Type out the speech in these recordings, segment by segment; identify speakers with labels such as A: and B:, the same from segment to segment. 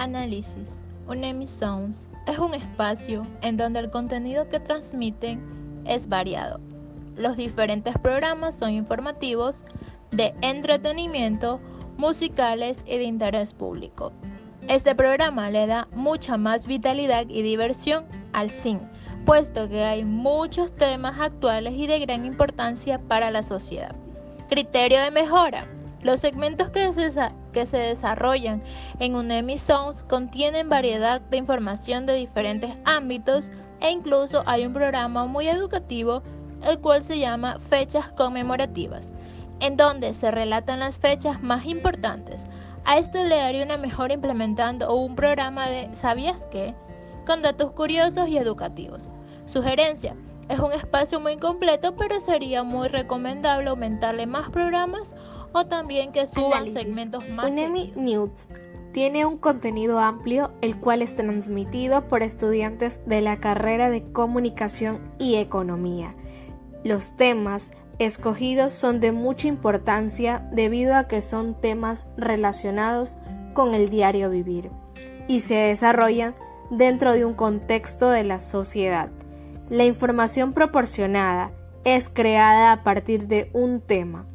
A: Análisis. UNEMI Sounds es un espacio en donde el contenido que transmiten es variado. Los diferentes programas son informativos, de entretenimiento, musicales y de interés público. Este programa le da mucha más vitalidad y diversión al cine, puesto que hay muchos temas actuales y de gran importancia para la sociedad. Criterio de mejora. Los segmentos que se desarrollan en UNEMI Sounds contienen variedad de información de diferentes ámbitos e incluso hay un programa muy educativo, el cual se llama Fechas Conmemorativas, en donde se relatan las fechas más importantes. A esto le daría una mejora implementando un programa de ¿Sabías qué?, con datos curiosos y educativos. Sugerencia. Es un espacio muy completo, pero sería muy recomendable aumentarle más programas o también que suban segmentos más.
B: UNEMI News tiene un contenido amplio, el cual es transmitido por estudiantes de la carrera de Comunicación y Economía. Los temas escogidos son de mucha importancia debido a que son temas relacionados con el diario vivir y se desarrollan dentro de un contexto de la sociedad. La información proporcionada es creada a partir de un tema,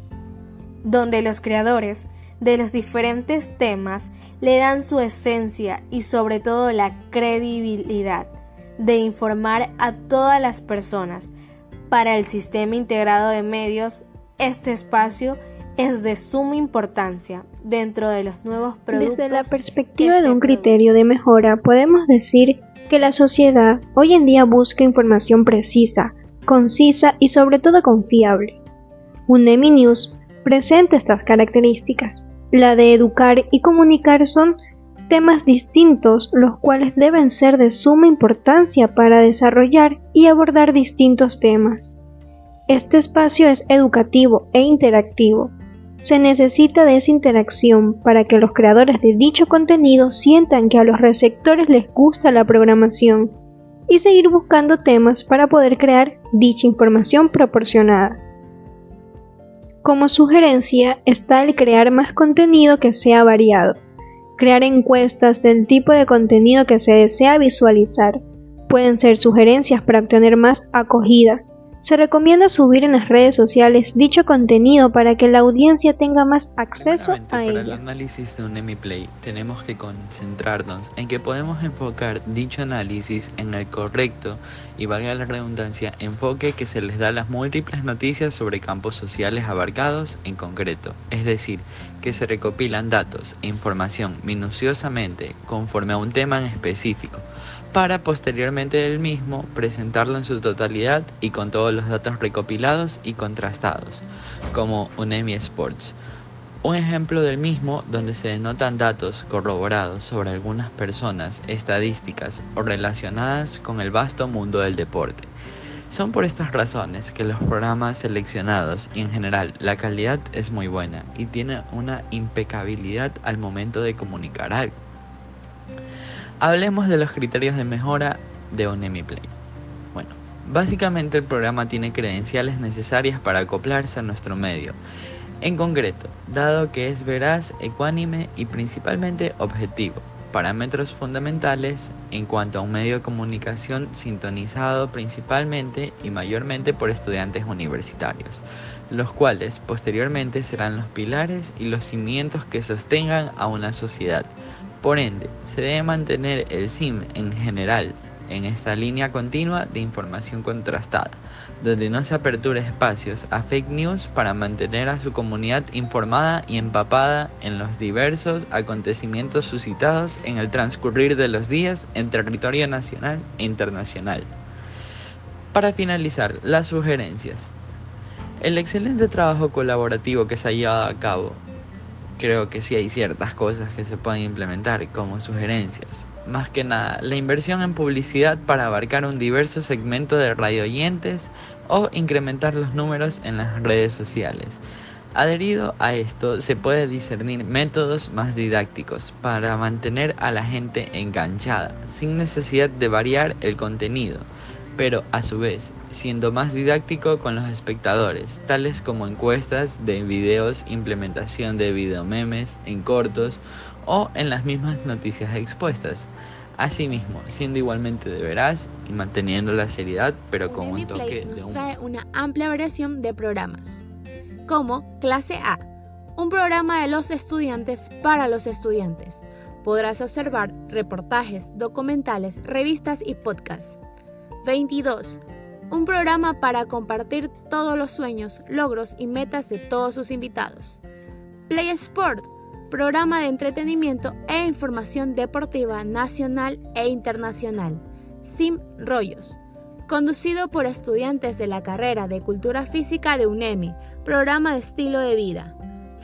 B: donde los creadores de los diferentes temas le dan su esencia y sobre todo la credibilidad de informar a todas las personas. Para el sistema integrado de medios, este espacio es de suma importancia dentro de los nuevos productos.
C: Desde la perspectiva de un criterio de mejora, podemos decir que la sociedad hoy en día busca información precisa, concisa y sobre todo confiable. UNEMI News presenta estas características. La de educar y comunicar son temas distintos, los cuales deben ser de suma importancia para desarrollar y abordar distintos temas. Este espacio es educativo e interactivo. Se necesita de esa interacción para que los creadores de dicho contenido sientan que a los receptores les gusta la programación y seguir buscando temas para poder crear dicha información proporcionada. Como sugerencia está el crear más contenido que sea variado, crear encuestas del tipo de contenido que se desea visualizar. Pueden ser sugerencias para obtener más acogida. Se recomienda subir en las redes sociales dicho contenido para que la audiencia tenga más acceso a
D: Para el
C: ella.
D: análisis de UNEMI Play tenemos que concentrarnos en que podemos enfocar dicho análisis en el correcto y, valga la redundancia, enfoque que se les da a las múltiples noticias sobre campos sociales abarcados en concreto, es decir, que se recopilan datos e información minuciosamente conforme a un tema en específico, para posteriormente del mismo presentarlo en su totalidad y con todos los datos recopilados y contrastados, como UNEMI Sports. Un ejemplo del mismo donde se denotan datos corroborados sobre algunas personas, estadísticas o relacionadas con el vasto mundo del deporte. Son por estas razones que los programas seleccionados y en general la calidad es muy buena y tiene una impecabilidad al momento de comunicar algo. Hablemos de los criterios de mejora de UNEMI Play. Bueno, básicamente el programa tiene credenciales necesarias para acoplarse a nuestro medio. En concreto, dado que es veraz, ecuánime y principalmente objetivo. Parámetros fundamentales en cuanto a un medio de comunicación sintonizado principalmente y mayormente por estudiantes universitarios, los cuales posteriormente serán los pilares y los cimientos que sostengan a una sociedad. Por ende, se debe mantener el SIM en general en esta línea continua de información contrastada, donde no se aperture espacios a fake news para mantener a su comunidad informada y empapada en los diversos acontecimientos suscitados en el transcurrir de los días en territorio nacional e internacional. Para finalizar, las sugerencias. El excelente trabajo colaborativo que se ha llevado a cabo, creo que sí hay ciertas cosas que se pueden implementar como sugerencias. Más que nada, la inversión en publicidad para abarcar un diverso segmento de radioyentes o incrementar los números en las redes sociales. Adherido a esto, se puede discernir métodos más didácticos para mantener a la gente enganchada, sin necesidad de variar el contenido. pero a su vez siendo más didáctico con los espectadores, tales como encuestas de videos, implementación de videomemes en cortos o en las mismas noticias expuestas. Asimismo, siendo igualmente de veraz y manteniendo la seriedad, pero con un toque de humor.
B: Nos trae una amplia variación de programas, como Clase A, un programa de los estudiantes para los estudiantes. Podrás observar reportajes, documentales, revistas y podcasts. 22. Un programa para compartir todos los sueños, logros y metas de todos sus invitados. Play Sport, programa de entretenimiento e información deportiva nacional e internacional. Sim Rollos, conducido por estudiantes de la carrera de Cultura Física de UNEMI, programa de estilo de vida.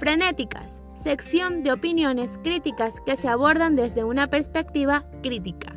B: Frenéticas, sección de opiniones críticas que se abordan desde una perspectiva crítica.